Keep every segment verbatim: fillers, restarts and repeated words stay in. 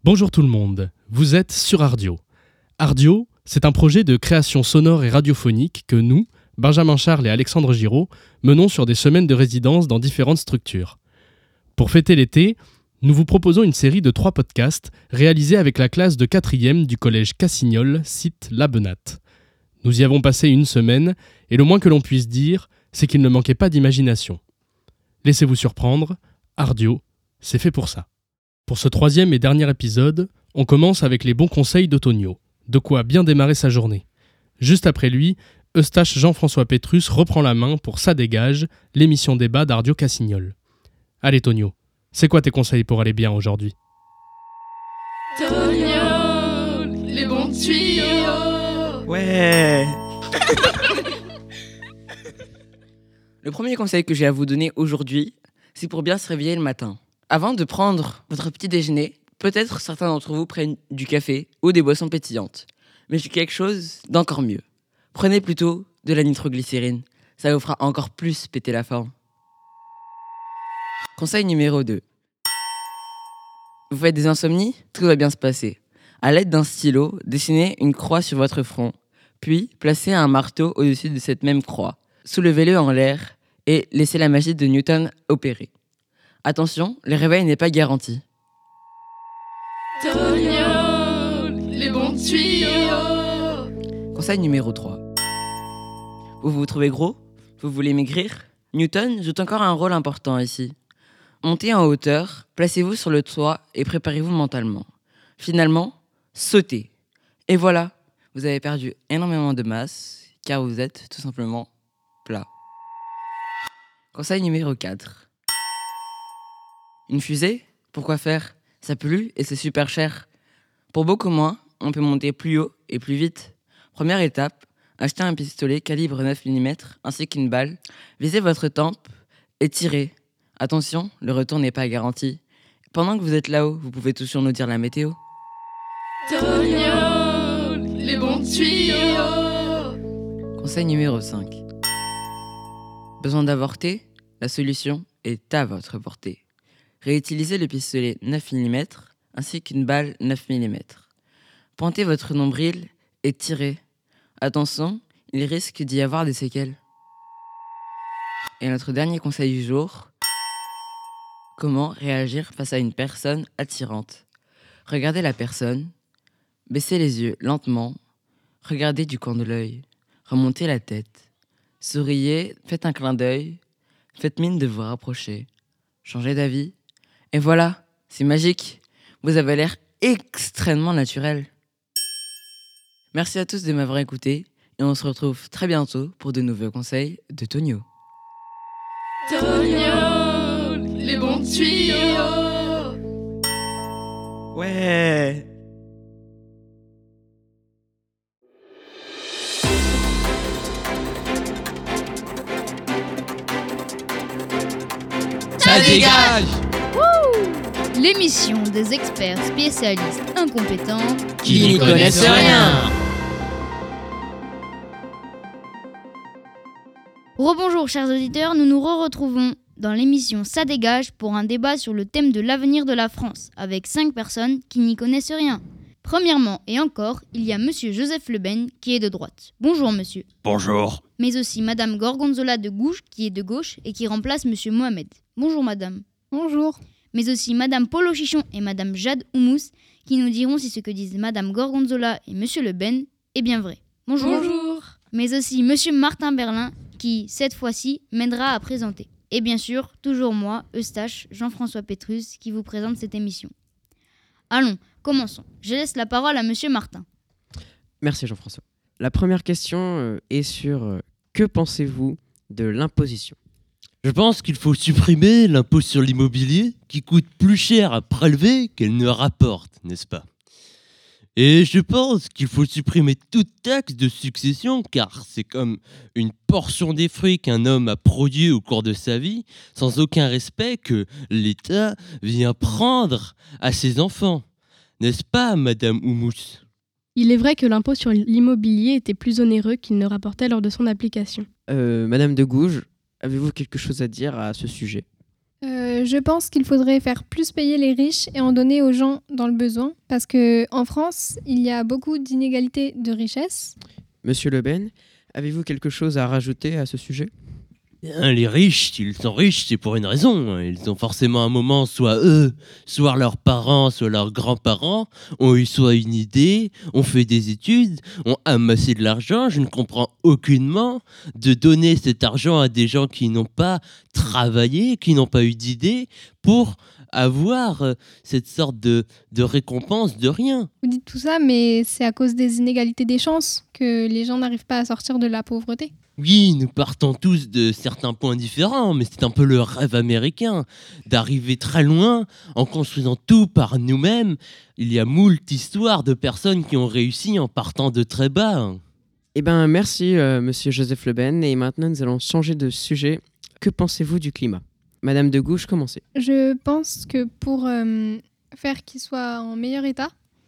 Bonjour tout le monde, vous êtes sur Ardio. Ardio, c'est un projet de création sonore et radiophonique que nous, Benjamin Charles et Alexandre Giraud, menons sur des semaines de résidence dans différentes structures. Pour fêter l'été, nous vous proposons une série de trois podcasts réalisés avec la classe de quatrième du collège Cassignol, site La Benate. Nous y avons passé une semaine et le moins que l'on puisse dire, c'est qu'il ne manquait pas d'imagination. Laissez-vous surprendre, Ardio, c'est fait pour ça. Pour ce troisième et dernier épisode, on commence avec les bons conseils de Tonio, de quoi bien démarrer sa journée. Juste après lui, Eustache Jean-François Pétrus reprend la main pour Ça dégage, l'émission débat d'Ardio Cassignol. Allez Tonio, c'est quoi tes conseils pour aller bien aujourd'hui ? Tonio, les bons tuyaux. Ouais. Le premier conseil que j'ai à vous donner aujourd'hui, c'est pour bien se réveiller le matin. Avant de prendre votre petit déjeuner, peut-être certains d'entre vous prennent du café ou des boissons pétillantes. Mais j'ai quelque chose d'encore mieux. Prenez plutôt de la nitroglycérine. Ça vous fera encore plus péter la forme. Conseil numéro deux. Vous faites des insomnies ? Tout va bien se passer. À l'aide d'un stylo, dessinez une croix sur votre front. Puis, placez un marteau au-dessus de cette même croix. Soulevez-le en l'air et laissez la magie de Newton opérer. Attention, le réveil n'est pas garanti. Tonio, les bons tuyaux. Conseil numéro trois. Vous vous trouvez gros ? Vous voulez maigrir ? Newton joue encore un rôle important ici. Montez en hauteur, placez-vous sur le toit et préparez-vous mentalement. Finalement, sautez. Et voilà, vous avez perdu énormément de masse car vous êtes tout simplement plat. Conseil numéro quatre. Une fusée ? Pourquoi faire ? Ça pollue et c'est super cher. Pour beaucoup moins, on peut monter plus haut et plus vite. Première étape, achetez un pistolet calibre neuf millimètres ainsi qu'une balle. Visez votre tempe et tirez. Attention, le retour n'est pas garanti. Pendant que vous êtes là-haut, vous pouvez toujours nous dire la météo. Tonio, les bons tuyaux. Conseil numéro cinq. Besoin d'avorter ? La solution est à votre portée. Réutilisez le pistolet neuf millimètres ainsi qu'une balle neuf millimètres. Pointez votre nombril et tirez. Attention, il risque d'y avoir des séquelles. Et notre dernier conseil du jour, comment réagir face à une personne attirante ? Regardez la personne, baissez les yeux lentement, regardez du coin de l'œil, remontez la tête, souriez, faites un clin d'œil, faites mine de vous rapprocher, changez d'avis. Et voilà, c'est magique. Vous avez l'air extrêmement naturel. Merci à tous de m'avoir écouté et on se retrouve très bientôt pour de nouveaux conseils de Tonio. Tonio, les bons tuyaux. Ouais. Ça dégage. L'émission des experts spécialistes incompétents Qui n'y connaissent rien. Rebonjour chers auditeurs, nous nous re-retrouvons dans l'émission Ça dégage pour un débat sur le thème de l'avenir de la France avec cinq personnes qui n'y connaissent rien. Premièrement et encore, il y a monsieur Joseph Leben qui est de droite. Bonjour monsieur. Bonjour. Mais aussi madame Gorgonzola de Gouges qui est de gauche et qui remplace monsieur Mohamed. Bonjour madame. Bonjour. Mais aussi madame Polo Chichon et madame Jade Oumous qui nous diront si ce que disent madame Gorgonzola et monsieur Le Ben est bien vrai. Bonjour. Bonjour. Mais aussi monsieur Martin Berlin qui, cette fois-ci, m'aidera à présenter. Et bien sûr, toujours moi, Eustache Jean-François Pétrus, qui vous présente cette émission. Allons, commençons. Je laisse la parole à monsieur Martin. Merci Jean-François. La première question euh, est sur euh, que pensez-vous de l'imposition ? Je pense qu'il faut supprimer l'impôt sur l'immobilier qui coûte plus cher à prélever qu'elle ne rapporte, n'est-ce pas ? Et je pense qu'il faut supprimer toute taxe de succession car c'est comme une portion des fruits qu'un homme a produit au cours de sa vie sans aucun respect que l'État vient prendre à ses enfants. N'est-ce pas, Madame Oumous ? Il est vrai que l'impôt sur l'immobilier était plus onéreux qu'il ne rapportait lors de son application. Euh, Madame de Gouges, avez-vous quelque chose à dire à ce sujet ? Euh, je pense qu'il faudrait faire plus payer les riches et en donner aux gens dans le besoin, parce qu'en France, il y a beaucoup d'inégalités de richesse. Monsieur Le Ben, avez-vous quelque chose à rajouter à ce sujet ? Bien, les riches, s'ils sont riches, c'est pour une raison. Ils ont forcément un moment, soit eux, soit leurs parents, soit leurs grands-parents, ont eu soit une idée, ont fait des études, ont amassé de l'argent. Je ne comprends aucunement de donner cet argent à des gens qui n'ont pas travaillé, qui n'ont pas eu d'idée, pour avoir euh, cette sorte de, de récompense de rien. Vous dites tout ça, mais c'est à cause des inégalités des chances que les gens n'arrivent pas à sortir de la pauvreté. Oui, nous partons tous de certains points différents, mais c'est un peu le rêve américain, d'arriver très loin en construisant tout par nous-mêmes. Il y a moult histoires de personnes qui ont réussi en partant de très bas. Eh bien, merci, euh, monsieur Joseph Le Ben. Et maintenant, nous allons changer de sujet. Que pensez-vous du climat ? Madame de Gouges, commencez. Je pense que pour euh, faire qu'il soit en meilleur état,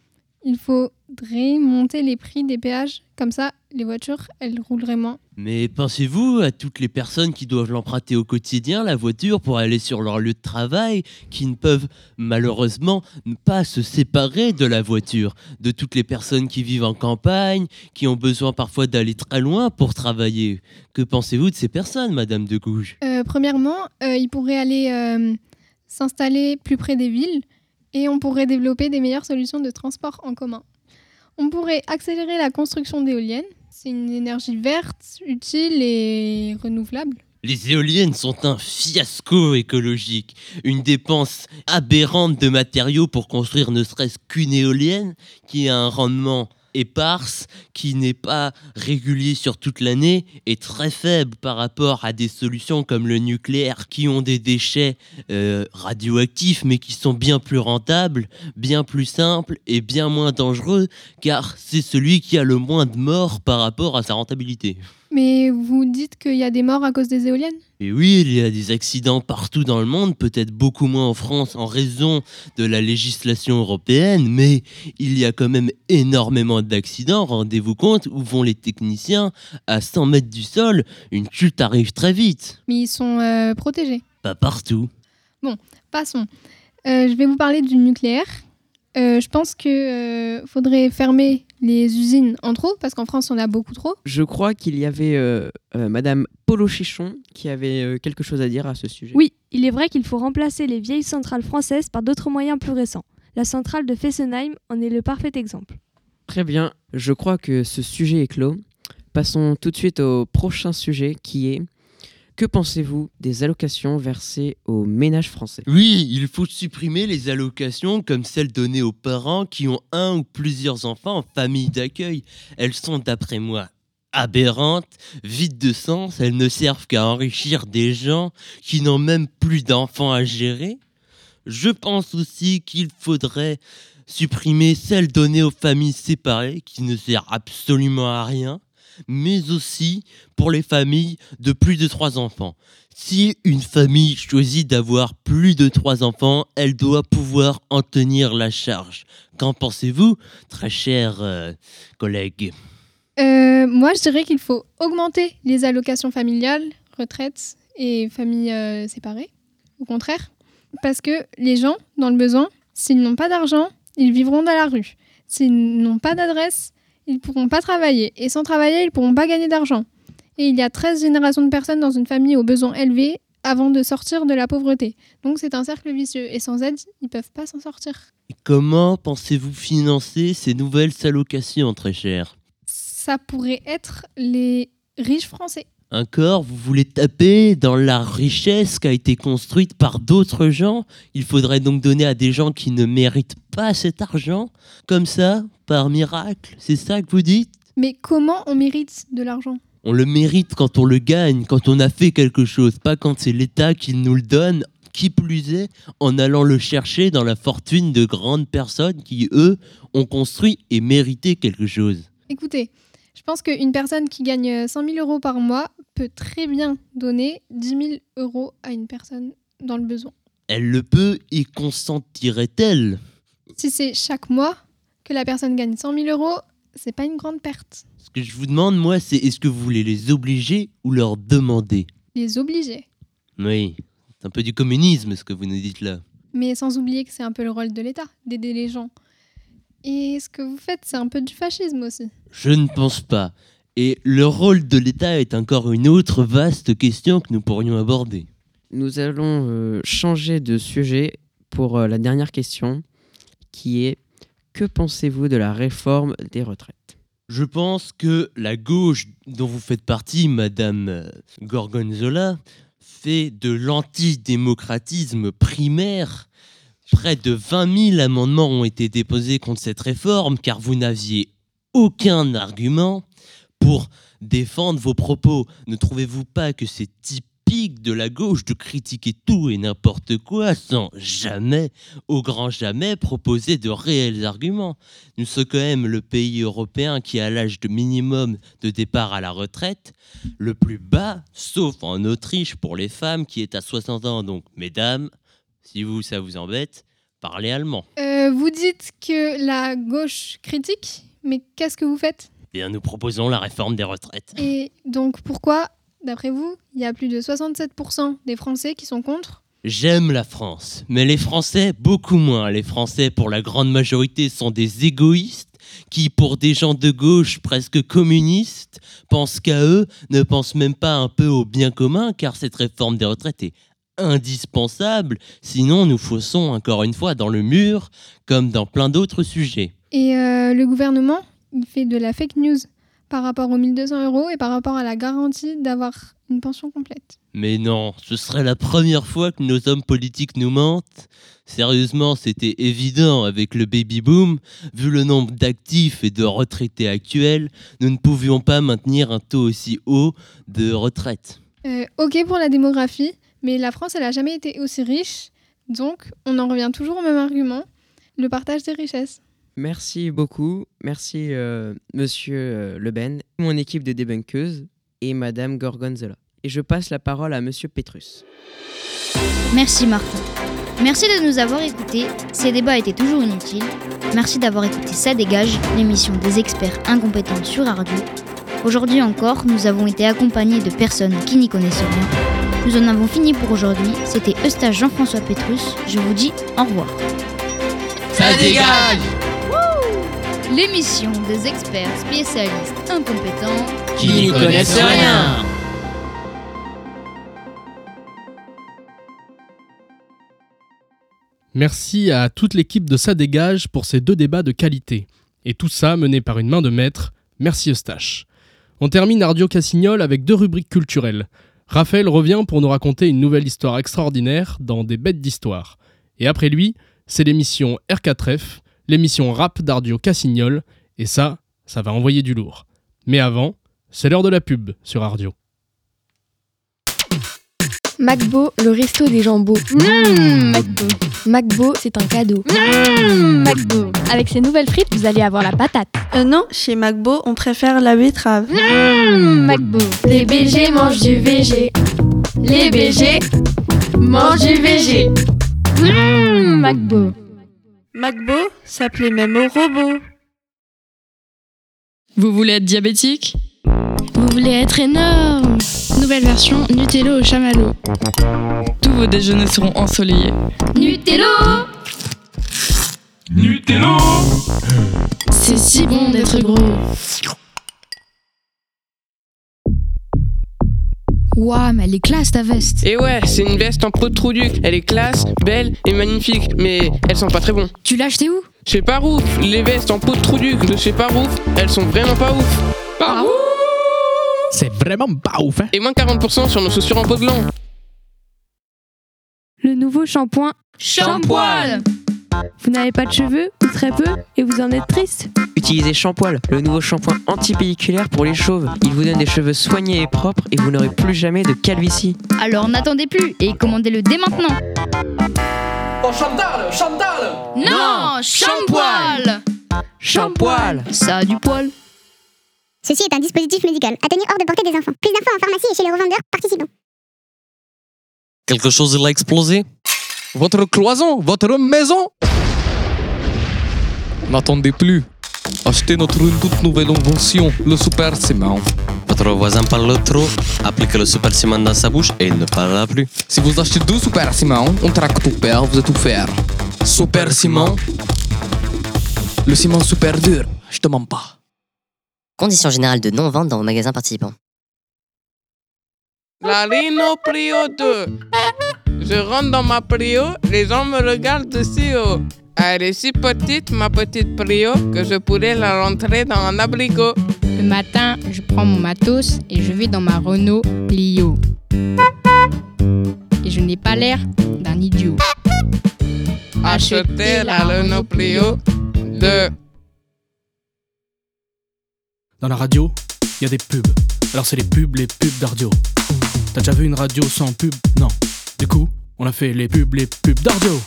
il faudrait monter les prix des péages. Comme ça, les voitures, elles rouleraient moins. Mais pensez-vous à toutes les personnes qui doivent l'emprunter au quotidien, la voiture, pour aller sur leur lieu de travail, qui ne peuvent malheureusement pas se séparer de la voiture, de toutes les personnes qui vivent en campagne, qui ont besoin parfois d'aller très loin pour travailler. Que pensez-vous de ces personnes, Madame de Gouges ? Euh, premièrement, euh, ils pourraient aller euh, s'installer plus près des villes et on pourrait développer des meilleures solutions de transport en commun. On pourrait accélérer la construction d'éoliennes. C'est une énergie verte, utile et renouvelable. Les éoliennes sont un fiasco écologique, une dépense aberrante de matériaux pour construire ne serait-ce qu'une éolienne qui a un rendement éparse, qui n'est pas régulier sur toute l'année et très faible par rapport à des solutions comme le nucléaire qui ont des déchets euh, radioactifs mais qui sont bien plus rentables, bien plus simples et bien moins dangereux car c'est celui qui a le moins de morts par rapport à sa rentabilité. Mais vous dites qu'il y a des morts à cause des éoliennes ? Et oui, il y a des accidents partout dans le monde, peut-être beaucoup moins en France en raison de la législation européenne, mais il y a quand même énormément d'accidents, rendez-vous compte, où vont les techniciens à cent mètres du sol, une chute arrive très vite. Mais ils sont euh, protégés. Pas partout. Bon, passons. Euh, je vais vous parler du nucléaire. Euh, je pense qu'il euh, faudrait fermer les usines en trop, parce qu'en France, on a beaucoup trop. Je crois qu'il y avait euh, euh, Madame Polo Chichon qui avait euh, quelque chose à dire à ce sujet. Oui, il est vrai qu'il faut remplacer les vieilles centrales françaises par d'autres moyens plus récents. La centrale de Fessenheim en est le parfait exemple. Très bien, je crois que ce sujet est clos. Passons tout de suite au prochain sujet qui est... Que pensez-vous des allocations versées aux ménages français ? Oui, il faut supprimer les allocations comme celles données aux parents qui ont un ou plusieurs enfants en famille d'accueil. Elles sont, d'après moi, aberrantes, vides de sens. Elles ne servent qu'à enrichir des gens qui n'ont même plus d'enfants à gérer. Je pense aussi qu'il faudrait supprimer celles données aux familles séparées qui ne servent absolument à rien, mais aussi pour les familles de plus de trois enfants. Si une famille choisit d'avoir plus de trois enfants, elle doit pouvoir en tenir la charge. Qu'en pensez-vous, très chers euh, collègues ? euh, Moi, je dirais qu'il faut augmenter les allocations familiales, retraites et familles euh, séparées, au contraire. Parce que les gens, dans le besoin, s'ils n'ont pas d'argent, ils vivront dans la rue. S'ils n'ont pas d'adresse, ils ne pourront pas travailler. Et sans travailler, ils ne pourront pas gagner d'argent. Et il y a treize générations de personnes dans une famille aux besoins élevés avant de sortir de la pauvreté. Donc c'est un cercle vicieux. Et sans aide, ils ne peuvent pas s'en sortir. Et comment pensez-vous financer ces nouvelles allocations, très chères ? Ça pourrait être les riches français. Encore, vous voulez taper dans la richesse qui a été construite par d'autres gens ? Il faudrait donc donner à des gens qui ne méritent pas cet argent ? Comme ça, par miracle ? C'est ça que vous dites ? Mais comment on mérite de l'argent ? On le mérite quand on le gagne, quand on a fait quelque chose, pas quand c'est l'État qui nous le donne, qui plus est, en allant le chercher dans la fortune de grandes personnes qui, eux, ont construit et mérité quelque chose. Écoutez, je pense qu'une personne qui gagne cent mille euros par mois peut très bien donner dix mille euros à une personne dans le besoin. Elle le peut et consentirait-elle ? Si c'est chaque mois que la personne gagne cent mille euros, c'est pas une grande perte. Ce que je vous demande, moi, c'est est-ce que vous voulez les obliger ou leur demander ? Les obliger. Oui, C'est un peu du communisme ce que vous nous dites là. Mais sans oublier que c'est un peu le rôle de l'État, d'aider les gens. Et ce que vous faites, c'est un peu du fascisme aussi. Je ne pense pas. Et le rôle de l'État est encore une autre vaste question que nous pourrions aborder. Nous allons euh, changer de sujet pour euh, la dernière question, qui est « Que pensez-vous de la réforme des retraites ?» Je pense que la gauche dont vous faites partie, Madame euh, Gorgonzola, fait de l'antidémocratisme primaire. Près de vingt mille amendements ont été déposés contre cette réforme car vous n'aviez aucun argument pour défendre vos propos. Ne trouvez-vous pas que c'est typique de la gauche de critiquer tout et n'importe quoi sans jamais, au grand jamais, proposer de réels arguments ? Nous sommes quand même le pays européen qui a l'âge de minimum de départ à la retraite le plus bas, sauf en Autriche pour les femmes qui est à soixante ans. Donc, mesdames, si vous, ça vous embête, parlez allemand. Euh, vous dites que la gauche critique, mais qu'est-ce que vous faites ? Eh bien, nous proposons la réforme des retraites. Et donc pourquoi, d'après vous, il y a plus de soixante-sept pour cent des Français qui sont contre ? J'aime la France, mais les Français, beaucoup moins. Les Français, pour la grande majorité, sont des égoïstes qui, pour des gens de gauche presque communistes, pensent qu'à eux, ne pensent même pas un peu au bien commun, car cette réforme des retraites est indispensable, sinon nous faussons encore une fois dans le mur, comme dans plein d'autres sujets. Et euh, le gouvernement, il fait de la fake news par rapport aux mille deux cents euros et par rapport à la garantie d'avoir une pension complète. Mais non, ce serait la première fois que nos hommes politiques nous mentent. Sérieusement, c'était évident avec le baby-boom. Vu le nombre d'actifs et de retraités actuels, nous ne pouvions pas maintenir un taux aussi haut de retraite. Euh, ok pour la démographie, mais la France, elle n'a jamais été aussi riche. Donc, on en revient toujours au même argument, le partage des richesses. Merci beaucoup. Merci, euh, monsieur euh, Leben, mon équipe de débunkeuses et madame Gorgonzola. Et je passe la parole à monsieur Petrus. Merci Martin. Merci de nous avoir écoutés. Ces débats étaient toujours inutiles. Merci d'avoir écouté Ça dégage, l'émission des experts incompétents sur Ardio. Aujourd'hui encore, nous avons été accompagnés de personnes qui n'y connaissent rien. Nous en avons fini pour aujourd'hui. C'était Eustache Jean-François Petrus. Je vous dis au revoir. Ça dégage! L'émission des experts spécialistes incompétents Qui n'y connaissent rien. Merci à toute l'équipe de Ça dégage pour ces deux débats de qualité. Et tout ça mené par une main de maître. Merci Eustache. On termine Ardio Cassignol avec deux rubriques culturelles. Raphaël revient pour nous raconter une nouvelle histoire extraordinaire dans Des bêtes d'histoire. Et après lui, c'est l'émission R quatre F, l'émission rap d'Ardio Cassignol. Et ça, ça va envoyer du lourd. Mais avant, c'est l'heure de la pub sur Ardio. Macbo, le resto des jambos. Mmh, Macbo. Macbo, c'est un cadeau. Mmh, Macbo. Avec ces nouvelles frites, vous allez avoir la patate. Euh non, chez Macbo, on préfère la betterave. Mmh, Macbo. Les B G mangent du V G. Les B G mangent du V G. Mmh, Macbo. Macbo, ça plaît même aux robots. Vous voulez être diabétique ? Vous voulez être énorme? Nouvelle version Nutello au chamallow. Tous vos déjeuners seront ensoleillés. Nutello! Nutello! C'est si bon d'être gros. Ouah, mais elle est classe ta veste. Et ouais, c'est une veste en peau de Trouduc. Elle est classe, belle et magnifique, mais elles sont pas très bon. Tu l'as acheté où? Chez Parouf. Les vestes en peau de Trouduc de chez Parouf, elles sont vraiment pas ouf. Parouf! C'est vraiment pas ouf, hein? Et moins quarante pour cent sur nos chaussures en peau de gland. Le nouveau shampoing Shampoil. Vous n'avez pas de cheveux, ou très peu, et vous en êtes triste? Utilisez Shampoil, le nouveau shampoing antipelliculaire pour les chauves. Il vous donne des cheveux soignés et propres et vous n'aurez plus jamais de calvitie. Alors n'attendez plus et commandez-le dès maintenant. Oh Chantal, Chantal. Non, Shampoil. Shampoil. Ça a du poil. Ceci est un dispositif médical. Atteignez hors de portée des enfants. Plus d'infos en pharmacie et chez les revendeurs participants. Quelque chose il a explosé? Votre cloison, votre maison. N'attendez plus. Achetez notre toute nouvelle invention, le super ciment. Votre voisin parle trop, appliquez le super ciment dans sa bouche et il ne parlera plus. Si vous achetez deux super ciment, on traque tout père, vous êtes tout faire. Super ciment. Le ciment super dur, je te mens pas. Conditions générales de non-vente dans vos magasins participants. La Rhino Prio deux. Je rentre dans ma Prio, les gens me regardent de si haut. Elle est si petite, ma petite Prio, que je pourrais la rentrer dans un abricot. Le matin, je prends mon matos et je vais dans ma Renault Clio. Et je n'ai pas l'air d'un idiot. Achetez la Renault Clio deux. Dans la radio, il y a des pubs. Alors c'est les pubs, les pubs d'Ardio. T'as déjà vu une radio sans pub? Non. Du coup, on a fait les pubs, les pubs d'Ardio.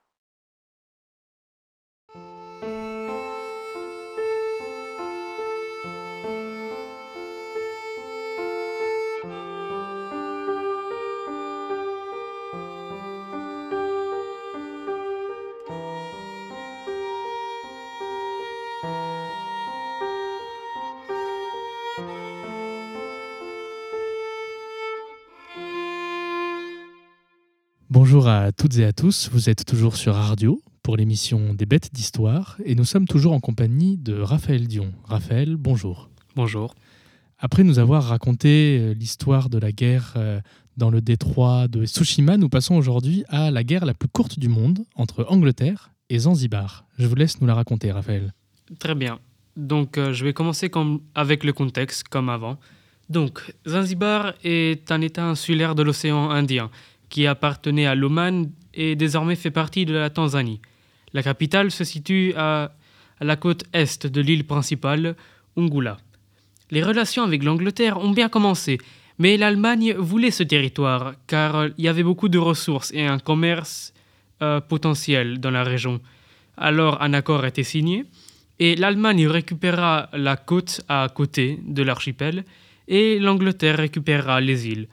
Bonjour à toutes et à tous, vous êtes toujours sur Ardio pour l'émission des bêtes d'histoire et nous sommes toujours en compagnie de Raphaël Dion. Raphaël, bonjour. Bonjour. Après nous avoir raconté l'histoire de la guerre dans le détroit de Tsushima, nous passons aujourd'hui à la guerre la plus courte du monde entre Angleterre et Zanzibar. Je vous laisse nous la raconter, Raphaël. Très bien. Donc euh, je vais commencer comme, avec le contexte, comme avant. Donc, Zanzibar est un état insulaire de l'océan Indien qui appartenait à l'Oman et désormais fait partie de la Tanzanie. La capitale se situe à, à la côte est de l'île principale, Ungula. Les relations avec l'Angleterre ont bien commencé, mais l'Allemagne voulait ce territoire car il y avait beaucoup de ressources et un commerce euh, potentiel dans la région. Alors un accord a été signé et l'Allemagne récupéra la côte à côté de l'archipel et l'Angleterre récupérera les îles.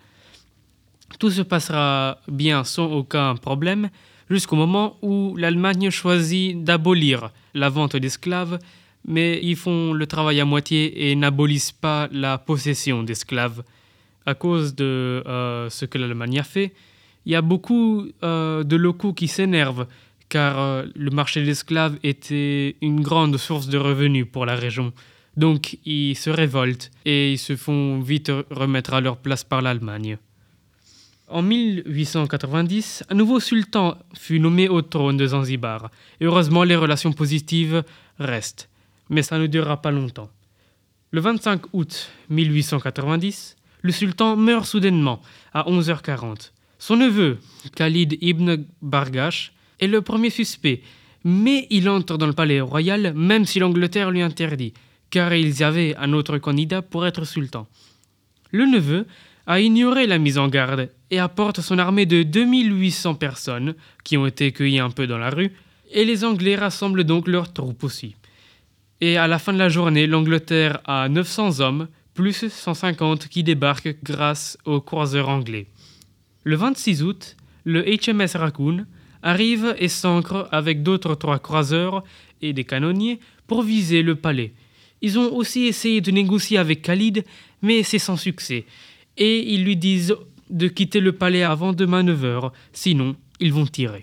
Tout se passera bien sans aucun problème jusqu'au moment où l'Allemagne choisit d'abolir la vente d'esclaves, mais ils font le travail à moitié et n'abolissent pas la possession d'esclaves. À cause de euh, ce que l'Allemagne a fait, il y a beaucoup euh, de locaux qui s'énervent car euh, le marché d'esclaves était une grande source de revenus pour la région. Donc ils se révoltent et ils se font vite remettre à leur place par l'Allemagne. En mille huit cent quatre-vingt-dix, un nouveau sultan fut nommé au trône de Zanzibar. Et heureusement, les relations positives restent. Mais ça ne durera pas longtemps. Le vingt-cinq août mille huit cent quatre-vingt-dix, le sultan meurt soudainement à onze heures quarante. Son neveu, Khalid ibn Bargash, est le premier suspect. Mais il entre dans le palais royal même si l'Angleterre lui interdit, car ils avaient un autre candidat pour être sultan. Le neveu a ignoré la mise en garde et apporte son armée de deux mille huit cents personnes qui ont été cueillies un peu dans la rue, et les Anglais rassemblent donc leurs troupes aussi. Et à la fin de la journée, l'Angleterre a neuf cents hommes, plus cent cinquante qui débarquent grâce aux croiseurs anglais. Le vingt-six août, le H M S Raccoon arrive et s'ancre avec d'autres trois croiseurs et des canonniers pour viser le palais. Ils ont aussi essayé de négocier avec Khalid, mais c'est sans succès. Et ils lui disent de quitter le palais avant demain neuf heures, sinon ils vont tirer.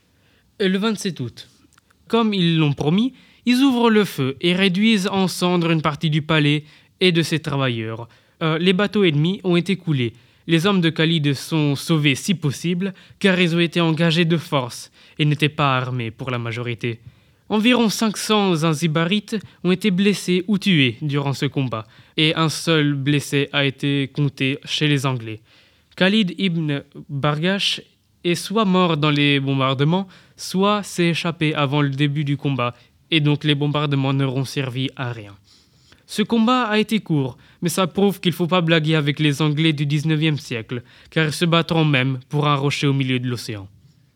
Et le vingt-sept août, comme ils l'ont promis, ils ouvrent le feu et réduisent en cendres une partie du palais et de ses travailleurs. Euh, les bateaux ennemis ont été coulés. Les hommes de Khalid sont sauvés si possible, car ils ont été engagés de force et n'étaient pas armés pour la majorité. Environ cinq cents Zanzibarites ont été blessés ou tués durant ce combat, et un seul blessé a été compté chez les Anglais. Khalid ibn Bargash est soit mort dans les bombardements, soit s'est échappé avant le début du combat, et donc les bombardements n'auront servi à rien. Ce combat a été court, mais ça prouve qu'il ne faut pas blaguer avec les Anglais du dix-neuvième siècle, car ils se battront même pour un rocher au milieu de l'océan.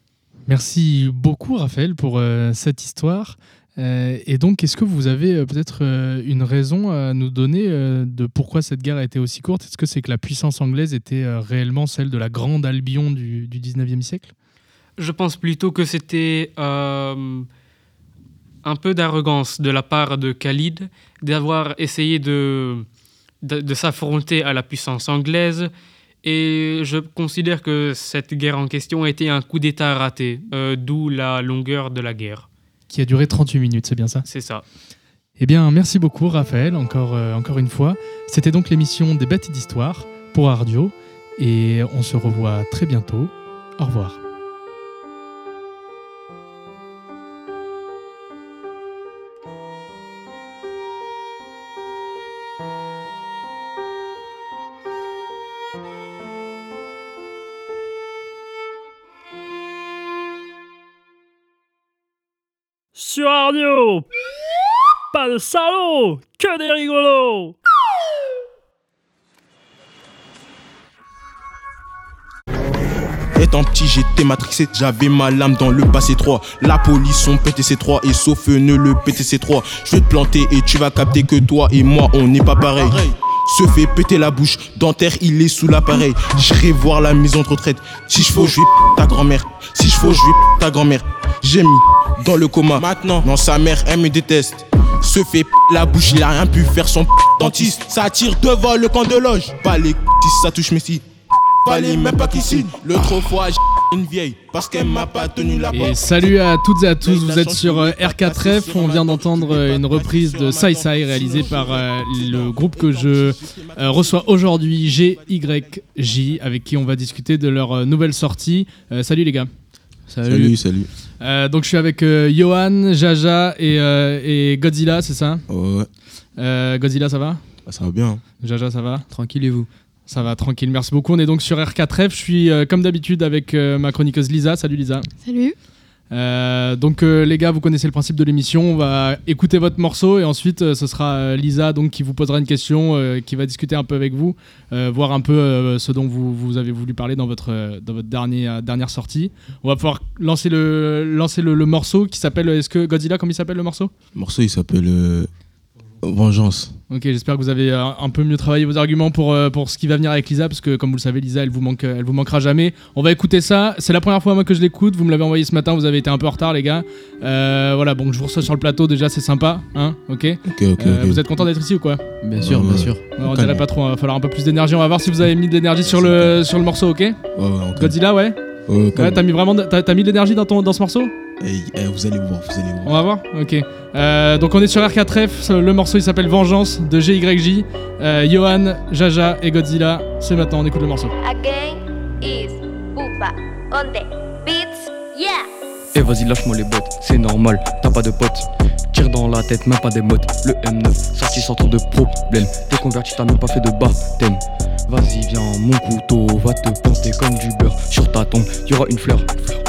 Merci beaucoup Raphaël pour euh, cette histoire. Euh, et donc, est-ce que vous avez euh, peut-être euh, une raison à nous donner euh, de pourquoi cette guerre a été aussi courte? Est-ce que c'est que la puissance anglaise était euh, réellement celle de la grande Albion du, du dix-neuvième siècle? Je pense plutôt que c'était euh, un peu d'arrogance de la part de Khalid d'avoir essayé de, de, de s'affronter à la puissance anglaise. Et je considère que cette guerre en question a été un coup d'État raté, euh, d'où la longueur de la guerre. Qui a duré trente-huit minutes, c'est bien ça ? C'est ça. Eh bien, merci beaucoup Raphaël, encore, euh, encore une fois. C'était donc l'émission des Bêtes d'Histoire pour Ardio. Et on se revoit très bientôt. Au revoir. Sur Ardio, pas de salauds, que des rigolos. Étant petit, j'étais matrixé, j'avais ma lame dans le passé trois. La police ont pété ces trois et sauf ne le péter ces trois. Je vais te planter et tu vas capter que toi et moi on n'est pas pareil. Se fait péter la bouche, dentaire il est sous l'appareil. J'irai voir la maison de retraite. Si je faut, je vais ta grand-mère. Si je faut, je vais ta grand-mère. J'ai mis dans le coma. Maintenant, non, sa mère, elle me déteste. Se fait la bouche, il a rien pu faire son dentiste. Ça tire devant le camp de loge. Pas les si ça touche Messi. Fallait même pas qu'ici. L'autre fois, j'ai une vieille parce qu'elle m'a pas tenu la porte. Et salut à toutes et à tous, vous êtes sur R quatre F. On vient d'entendre une reprise de Sai Sai réalisée par euh, le groupe que je euh, reçois aujourd'hui, G Y J, avec qui on va discuter de leur euh, nouvelle sortie. Euh, salut les gars. Salut, salut. salut. Euh, donc je suis avec euh, Johan, Jaja et, euh, et Godzilla, c'est ça ? Ouais. Euh, Godzilla, ça va ? Bah, ça va bien. Jaja, ça va ? Tranquille et vous ? Ça va, tranquille, merci beaucoup. On est donc sur R quatre F. Je suis euh, comme d'habitude avec euh, ma chroniqueuse Lisa. Salut Lisa. Salut. Euh, donc euh, les gars, vous connaissez le principe de l'émission. On va écouter votre morceau et ensuite euh, ce sera euh, Lisa donc, qui vous posera une question, euh, qui va discuter un peu avec vous, euh, voir un peu euh, ce dont vous, vous avez voulu parler dans votre, euh, dans votre dernier, euh, dernière sortie. On va pouvoir lancer le, lancer le, le morceau qui s'appelle... Est-ce que Godzilla, comment il s'appelle le morceau ? Le morceau il s'appelle euh, Vengeance. Ok, j'espère que vous avez euh, un peu mieux travaillé vos arguments pour, euh, pour ce qui va venir avec Lisa, parce que comme vous le savez, Lisa, elle vous, manque, elle vous manquera jamais. On va écouter ça. C'est la première fois moi que je l'écoute. Vous me l'avez envoyé ce matin, vous avez été un peu en retard, les gars. Euh, voilà, bon, je vous reçois sur le plateau déjà, c'est sympa, hein, ok. Ok, ok, euh, ok. Vous êtes content d'être ici ou quoi ? Bien sûr, Ouais, bien ouais. sûr. Ouais, on dirait pas trop, il va falloir un peu plus d'énergie. On va voir si vous avez mis de l'énergie sur le, sur le morceau, ok ? Ouais, ouais, ok. Godzilla, ouais. Ouais, Ouais, t'as mis vraiment, de- t'as, t'as mis de l'énergie dans, ton, dans ce morceau ? Eh, eh, vous allez voir, vous allez voir. On va voir. Ok. Euh, donc on est sur R quatre F. Le morceau il s'appelle Vengeance de G Y J. Euh, Johan, Jaja et Godzilla. C'est maintenant. On écoute le morceau. Again is Booba on the beats, yeah. Et vas-y lâche-moi les bottes, c'est normal, t'as pas de potes. Tire dans la tête, même pas des mottes. Le M neuf, sorti sans trop de problème. T'es converti, t'as même pas fait de baptême. Vas-y viens, mon couteau va te planter comme du beurre. Sur ta tombe, y'aura une fleur.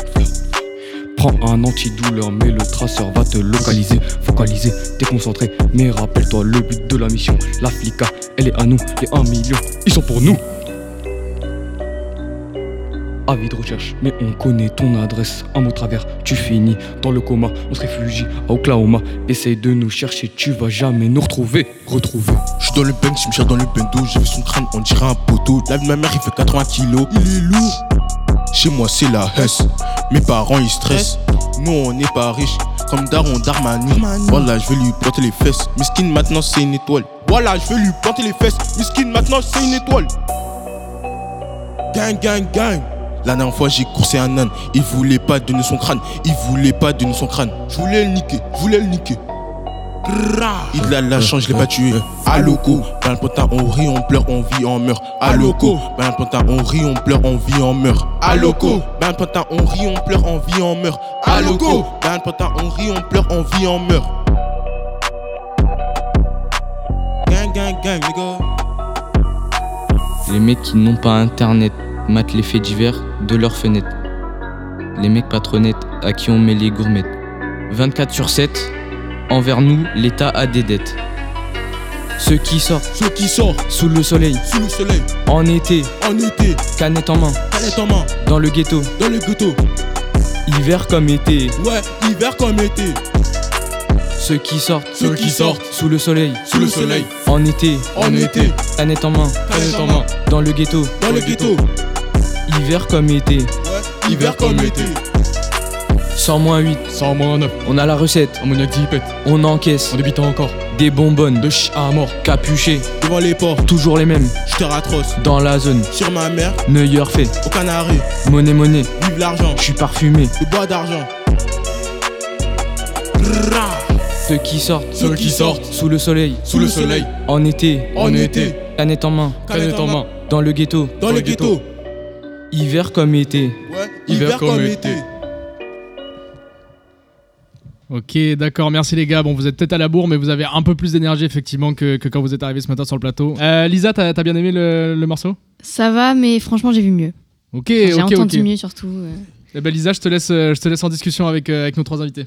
Prends un antidouleur, mais le traceur va te localiser. Focaliser, t'es concentré, mais rappelle-toi le but de la mission. La flica, elle est à nous, les un million, ils sont pour nous. Avis de recherche, mais on connaît ton adresse. Un mot travers, tu finis dans le coma. On se réfugie à Oklahoma. Essaye de nous chercher, tu vas jamais nous retrouver. Retrouver. Je suis dans le bang, je me cherche dans le bendo. J'ai vu son crâne, on dirait un poteau. La vie de ma mère, il fait quatre-vingts kilos. Il est lourd. Chez moi, c'est la hesse. Mes parents, ils stressent. Nous, on n'est pas riches. Comme Daron Darmani. Voilà, je vais lui planter les fesses. Miskin, maintenant, c'est une étoile. Voilà, je vais lui planter les fesses. Miskin, maintenant, c'est une étoile. Gang, gang, gang. La dernière fois j'ai coursé un âne, il voulait pas donner son crâne, il voulait pas donner son crâne. Je voulais le niquer, je voulais le niquer. Il a la chance, je l'ai pas tué. Alloco, dans le potin on rit, on pleure, on vit, on meurt. Alloco, dans le potin on rit, on pleure, on vit, on meurt. Alloco, dans le potin on rit, on pleure, on vit, on meurt. Alloco, dans le potin on rit, on pleure, on vit, on meurt. Gang, gang, gang, les gars. Les mecs qui n'ont pas internet matent les faits divers de leurs fenêtres. Les mecs patronnettes à qui on met les gourmettes. vingt-quatre sur sept, envers nous, l'État a des dettes. Ceux qui sortent, ceux qui sortent sous le soleil, sous le soleil, en été, en été, canette en main, canette en main, dans le ghetto, dans le ghetto, hiver comme été, ouais, hiver comme été. Ceux qui sortent, ceux qui sortent sous le soleil, sous le soleil, en été, en été, canette en main, canette en main, dans le ghetto, dans le ghetto, hiver comme été, ouais, hiver comme été. cent moins huit, cent moins neuf. On a la recette, ammoniac dipète. On encaisse, on débite encore. Des bonbonnes, de ch à mort. Capuché, devant les ports. Toujours les mêmes. J'te atroce. Dans la zone. Sur ma mère. Neuilleur fait. Au Canaré. Monnaie, monnaie. Vive l'argent. J'suis parfumé. Le bois d'argent. Ceux qui sortent. Ceux qui sortent. Sous le soleil. Sous le soleil. En été. En été. Canette en main. Canette en main. Dans le ghetto. Dans le ghetto. Hiver comme été. Ouais. Hiver comme été. Ok, d'accord, merci les gars. Bon, vous êtes peut-être à la bourre, mais vous avez un peu plus d'énergie effectivement que, que quand vous êtes arrivé ce matin sur le plateau. Euh, Lisa, t'as, t'as bien aimé le, le morceau ? Ça va, mais franchement, j'ai vu mieux. Ok, enfin, j'ai ok, entendu ok. mieux surtout. Euh... Eh ben Lisa, je te laisse, je te laisse en discussion avec, euh, avec nos trois invités.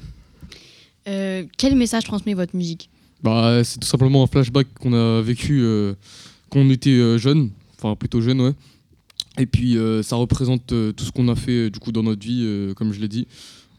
Euh, quel message transmet votre musique ? Bah, c'est tout simplement un flashback qu'on a vécu euh, quand on était euh, jeune, enfin plutôt jeune, ouais. Et puis euh, ça représente euh, tout ce qu'on a fait euh, du coup dans notre vie, euh, comme je l'ai dit.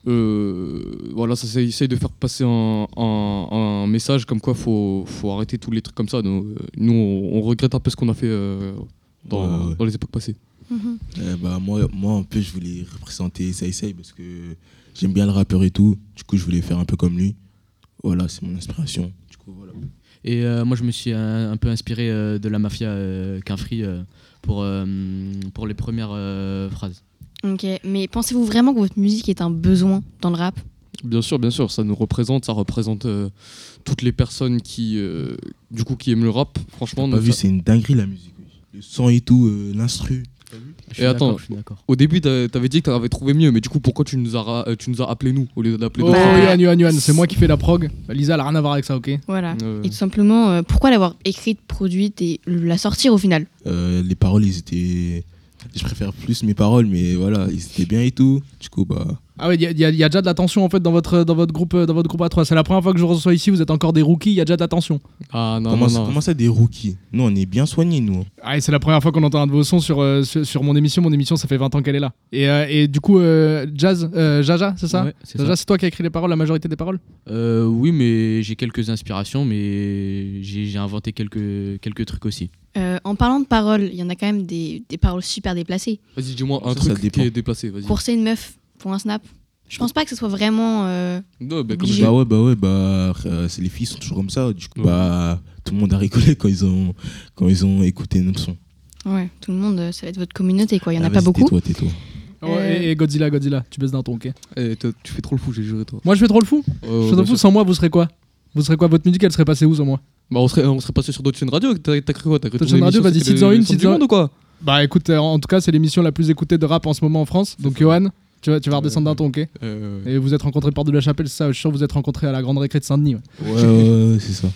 Euh, voilà, ça, ça essaye de faire passer un, un, un message comme quoi faut, faut arrêter tous les trucs comme ça. Donc, euh, nous, on, on regrette un peu ce qu'on a fait euh, dans, Ouais, ouais. dans les époques passées. Mm-hmm. Euh, bah, moi, moi, en plus, je voulais représenter Sai Sai parce que j'aime bien le rappeur et tout. Du coup, je voulais faire un peu comme lui. Voilà, c'est mon inspiration. Du coup, voilà. Et euh, moi, je me suis un, un peu inspiré euh, de la mafia euh, Quinfri euh, pour, euh, pour les premières euh, phrases. Ok, mais pensez-vous vraiment que votre musique est un besoin dans le rap ? Bien sûr, bien sûr, ça nous représente, ça représente euh, toutes les personnes qui, euh, du coup, qui aiment le rap. Franchement, T'as nous, vu, ça- c'est une dinguerie la musique. Oui. Le son et tout, euh, l'instru. T'as vu ? Je suis Et attends, d'accord, je suis d'accord. au début, t'as- t'avais dit que t'avais trouvé mieux, mais du coup, pourquoi tu nous as, ra- euh, tu nous as appelé nous au lieu d'appeler Oh, d'autres Yohan, Yohan, Yohan, c'est moi qui fais la prog. Lisa, elle a rien à voir avec ça, ok ? Voilà. Euh. Et tout simplement, euh, pourquoi l'avoir écrite, produite et la sortir au final ? Euh, les paroles, ils étaient. Je préfère plus mes paroles, mais voilà, ils étaient bien et tout. Du coup, bah. Ah ouais, il y, a- y a y a déjà de la tension en fait dans votre, dans votre groupe, dans votre groupe A trois. C'est la première fois que je vous reçois ici, vous êtes encore des rookies, il y a déjà de la tension. Ah non, comment, non, ça, non. comment ça, des rookies ? Nous, on est bien soignés, nous. Ah, et c'est la première fois qu'on entend un de vos sons sur, euh, sur, sur mon émission. Mon émission, ça fait vingt ans qu'elle est là. Et, euh, et du coup, euh, Jazz, euh, Jaja, c'est ça ? Ouais, c'est Jaja, ça. c'est toi qui as écrit les paroles, la majorité des paroles ? Euh, oui, mais j'ai quelques inspirations, mais j'ai, j'ai inventé quelques, quelques trucs aussi. Euh, En parlant de paroles, il y en a quand même des, des paroles super déplacées. Vas-y, dis-moi un Ça, ça truc qui dépend. est déplacé, vas-y. Courser une meuf pour un snap. Je pense pas que ce soit vraiment. euh, Non, bah, comme obligé. Bah ouais, bah ouais, bah. euh, c'est les filles sont toujours comme ça. Du coup, Ouais. bah. Tout le monde a rigolé quand ils ont, quand ils ont écouté notre son. Ouais, tout le monde, euh, ça va être votre communauté quoi. Il y en a Ah, pas vas-y, beaucoup. Tais-toi, tais-toi. Oh, Euh. et, et Godzilla, Godzilla, tu baisses d'un ton, ok ? Eh, toi, tu fais trop le fou, j'ai juré, toi. Moi, je fais trop le fou. Ouais, Je ouais, fais trop bien le fou. sûr. Sans moi, vous serez quoi ? Vous serez quoi ? Votre musique, elle serait passée où sans moi ? Bah, on serait, on serait passé sur d'autres chaînes radio. T'as, t'as cru quoi ? T'as cru D'autres ton chaînes radio, émission, vas-y, c'était cites-en le une, son du cites-en- monde ou quoi ? Bah écoute, euh, en tout cas, c'est l'émission la plus écoutée de rap en ce moment en France. Donc, Johan, tu vas, tu vas redescendre d'un ton, ok ? Euh, Et vous êtes rencontrés par de la Chapelle, c'est ça ? Je suis sûr que vous êtes rencontrés à la Grande Récré de Saint-Denis. Ouais. Ouais, ouais, ouais, c'est ça.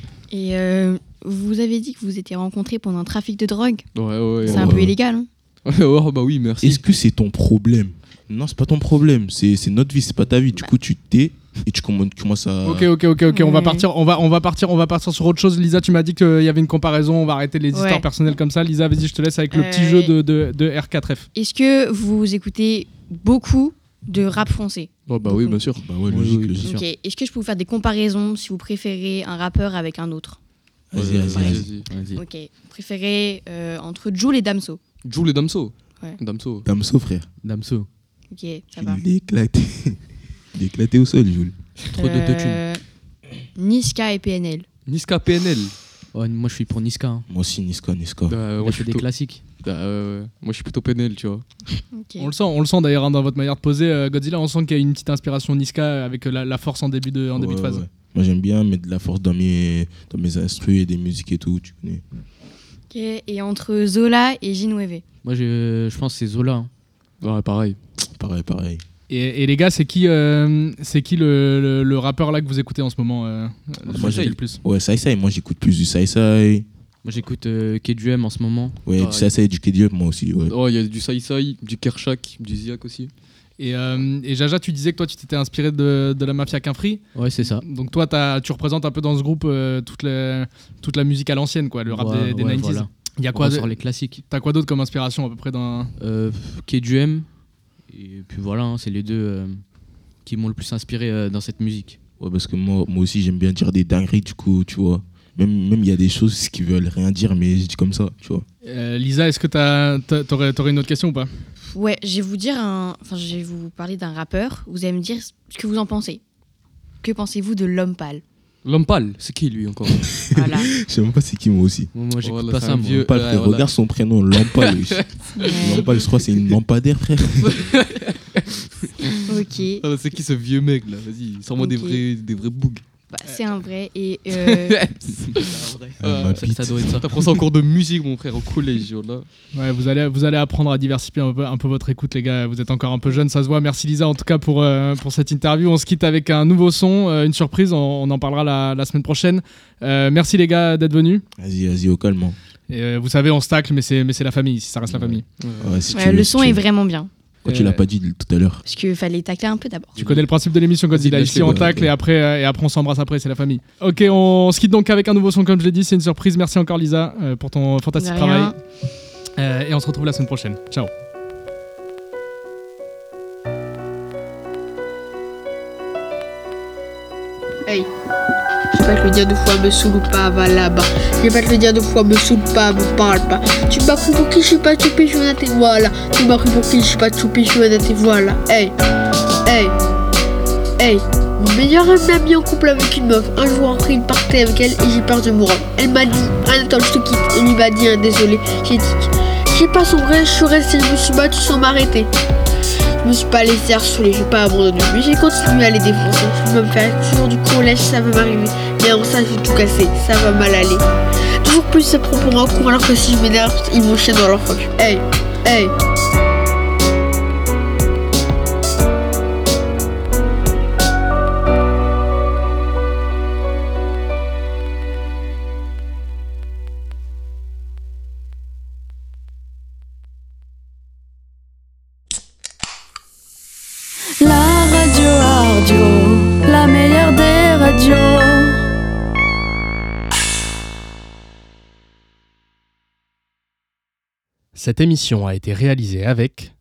Et euh, vous avez dit que vous étiez rencontrés pendant un trafic de drogue. Ouais, ouais. C'est ouais, un peu ouais. illégal. Hein. Ouais, ouais, bah oui, merci. Est-ce que c'est ton problème ? Non, c'est pas ton problème. C'est c'est notre vie, c'est pas ta vie. Du coup, tu t'es et tu commen- tu commences à. Ok, ok, ok, ok. On va Ouais. partir, on va, on va partir, on va partir sur autre chose. Lisa, tu m'as dit qu'il y avait une comparaison. On va arrêter les histoires Ouais. personnelles comme ça. Lisa, vas-y, je te laisse avec le petit Euh, jeu de, de, de R quatre F. Est-ce que vous écoutez beaucoup de rap français ? Oh, bah oui, bien sûr. Bah ouais, logique, oui, logique. Ok. Est-ce que je peux vous faire des comparaisons si vous préférez un rappeur avec un autre ? Vas-y, vas-y, Ouais. vas-y. Vas-y. Ok. Vous préférez euh, entre Jul et Damso ? Joue les Damso. Ouais. Damso. Damso, frère. Damso. Ok, ça va. Il est éclaté. Il est éclaté au sol, Jules. Trop de deux thunes. Euh, Niska et P N L. Niska P N L. Ouais, moi, je suis pour Niska. Hein. Moi aussi, Niska, Niska. Bah, Il moi, a je fait suis des plutôt... classiques. Bah, ouais, ouais. Moi, je suis plutôt P N L, tu vois. Ok. On le sent, on le sent d'ailleurs hein, dans votre manière de poser. euh, Godzilla, on sent qu'il y a une petite inspiration Niska avec euh, la, la force en début de, en début de Ouais, phase. ouais. Moi, j'aime bien mettre de la force dans mes, dans mes instrus et des musiques et tout, tu connais. Ok. Et entre Zola et Ginouévé. Moi, je, je pense que c'est Zola. Hein. Ouais, pareil. Pareil, pareil. Et, et les gars, c'est qui, euh, c'est qui le, le, le rappeur là que vous écoutez en ce moment euh, Moi, j'ai j'ai le plus. Ouais, Sai Sai. Moi, j'écoute plus du Sai Sai. Moi, j'écoute euh, K D M en ce moment. Ouais, Pareil. du Sai Sai et du K D Up, moi aussi. Ouais. Oh, il y a du Sai Sai, du Kershak, du Ziak aussi. Et, euh, et Jaja, tu disais que toi, tu t'étais inspiré de, de la mafia Quinfri. Ouais, c'est ça. Donc toi, t'as- tu représentes un peu dans ce groupe euh, toute, la, toute la musique à l'ancienne, quoi, le rap Ouais, des, des ouais, nineties. voilà. Il y a On quoi de- ressort les classiques. T'as quoi d'autre comme inspiration à peu près dans... Euh, K D M. Et puis voilà, hein, c'est les deux euh, qui m'ont le plus inspiré euh, dans cette musique. Ouais, parce que moi, moi aussi, j'aime bien dire des dingueries, du coup, tu vois. Même il même, y a des choses qui veulent rien dire, mais je dis comme ça, tu vois. Euh, Lisa, est-ce que t'as, t'as, t'aurais, t'aurais une autre question ou pas? Ouais, je vais vous dire un... Enfin, je vais vous parler d'un rappeur. Vous allez me dire ce que vous en pensez. Que pensez-vous de L'Homme Pâle? L'Homme Pâle, c'est qui lui encore? Voilà. Je sais même pas c'est qui moi aussi. Moi, moi j'écoute Voilà, pas c'est ça. un moi. vieux. Pâle, Ouais, frère, voilà. regarde son prénom, Lampal. Lampal, je crois que c'est une lampadaire, frère. Ok. Ah, c'est qui ce vieux mec là? Vas-y, sors-moi Ok. des vrais, des vrais bougs. Bah, c'est un vrai. Et. Euh... C'est pas vrai. Ah, ça, ça doit être ça. T'apprends ça en cours de musique, mon frère, au collège. Là. Ouais, vous allez, vous allez apprendre à diversifier un peu, un peu votre écoute, les gars. Vous êtes encore un peu jeunes, ça se voit. Merci Lisa, en tout cas, pour, euh, pour cette interview. On se quitte avec un nouveau son, euh, une surprise. On, on en parlera la, la semaine prochaine. Euh, merci les gars d'être venus. Vas-y, vas-y, au calme. Et, euh, vous savez, on se tacle, mais c'est, mais c'est la famille ici, ça reste la famille. Ouais, si ouais, tu- le si son tu- est vraiment bien. Pourquoi tu l'as pas dit tout à l'heure? Parce qu'il fallait tacler un peu d'abord. Tu connais le principe de l'émission, Godzilla. Vas-y, Ici, lâche-les, on ouais, tacle ouais. et après, euh, et après on s'embrasse après, c'est la famille. Ok, on se quitte donc avec un nouveau son, comme je l'ai dit. C'est une surprise. Merci encore, Lisa, euh, pour ton fantastique De rien. travail. Euh, et on se retrouve la semaine prochaine. Ciao. Hey, je vais pas te le dire deux fois, me saoule pas, va là-bas. Je vais pas te le dire deux fois, me saoule pas, me parle pas. Tu m'as cru pour qui je suis pas toupé, je viens à tes voilà. Tu m'as cru pour qui je suis pas toupé, je viens à tes voilà. Hey, hey, hey. Mon meilleur ami m'a mis en couple avec une meuf. Un jour après, il partait avec elle et j'ai peur de mourir. Elle m'a dit, Anatole, je te quitte. Et lui m'a dit, hein, désolé. J'ai dit, j'ai pas sombré, je suis resté, je me suis battu sans m'arrêter. Je me suis pas laissé harceler, je vais pas abandonner. Mais j'ai continué à les défoncer. Je vais me faire toujours du collège, ça va m'arriver. Mais en ça, j'ai tout cassé, ça va mal aller. Toujours plus ça prend pour un cours alors que si je m'énerve, ils vont chier dans leur fuck. Hey, hey. La radio Ardio, la meilleure des radios. Cette émission a été réalisée avec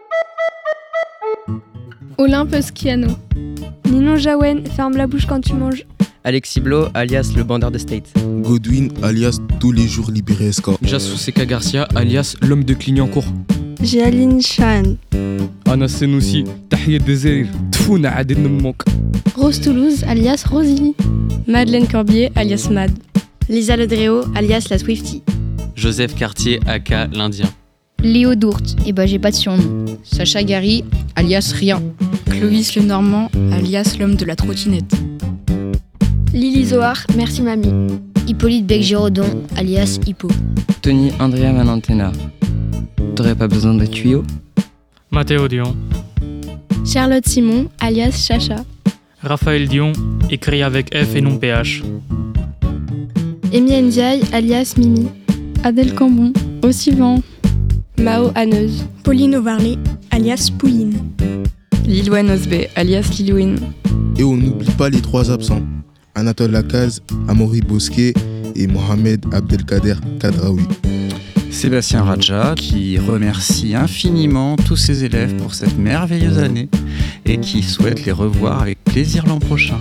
Olympus Kiano. Ninon Jawen, ferme la bouche quand tu manges. Alexis Blo, alias le bandeur de State. Godwin, alias tous les jours libéré S K. Jassou Seka Garcia, alias l'homme de Clignancourt. Jaline Chan. أنا السنوسي تحية الجزائر تفونا عاد نمك. Rose Toulouse, alias Rosie. Madeleine Corbier, alias Mad. Lisa Ledréo, alias la Swiftie. Joseph Cartier, aka l'Indien. Léo Dourte, et bah j'ai pas de surnom. Sacha Gary, alias Rien. Clovis Le Normand, alias l'homme de la trottinette. Lily Zohar, merci mamie. Hippolyte Bec-Giraudon, alias Hippo. Tony Andrea Manantena. T'aurais pas besoin de tuyaux? Mathéo Dion. Charlotte Simon, alias Chacha. Raphaël Dion, écrit avec F et non P H. Amy Ndiaye, alias Mimi. Adèle Cambon, au suivant. Mao Haneuse. Pauline Ovarley, alias Pouline. Lilouane Osbe, alias Lilouine. Et on n'oublie pas les trois absents. Anatole Lacaze, Amaury Bosquet et Mohamed Abdelkader Kadraoui. Sébastien Raja qui remercie infiniment tous ses élèves pour cette merveilleuse année et qui souhaite les revoir avec plaisir l'an prochain.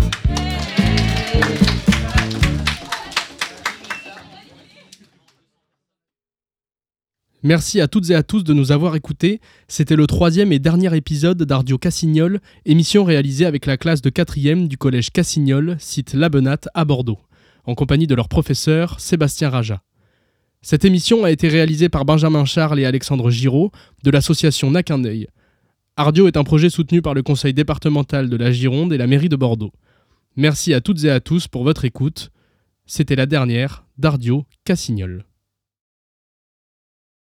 Merci à toutes et à tous de nous avoir écoutés. C'était le troisième et dernier épisode d'Ardio Cassignol, émission réalisée avec la classe de quatrième du collège Cassignol, site Labenat à Bordeaux, en compagnie de leur professeur Sébastien Raja. Cette émission a été réalisée par Benjamin Charles et Alexandre Giraud de l'association N'a qu'un œil. Ardio est un projet soutenu par le conseil départemental de la Gironde et la mairie de Bordeaux. Merci à toutes et à tous pour votre écoute. C'était la dernière d'Ardio Cassignol.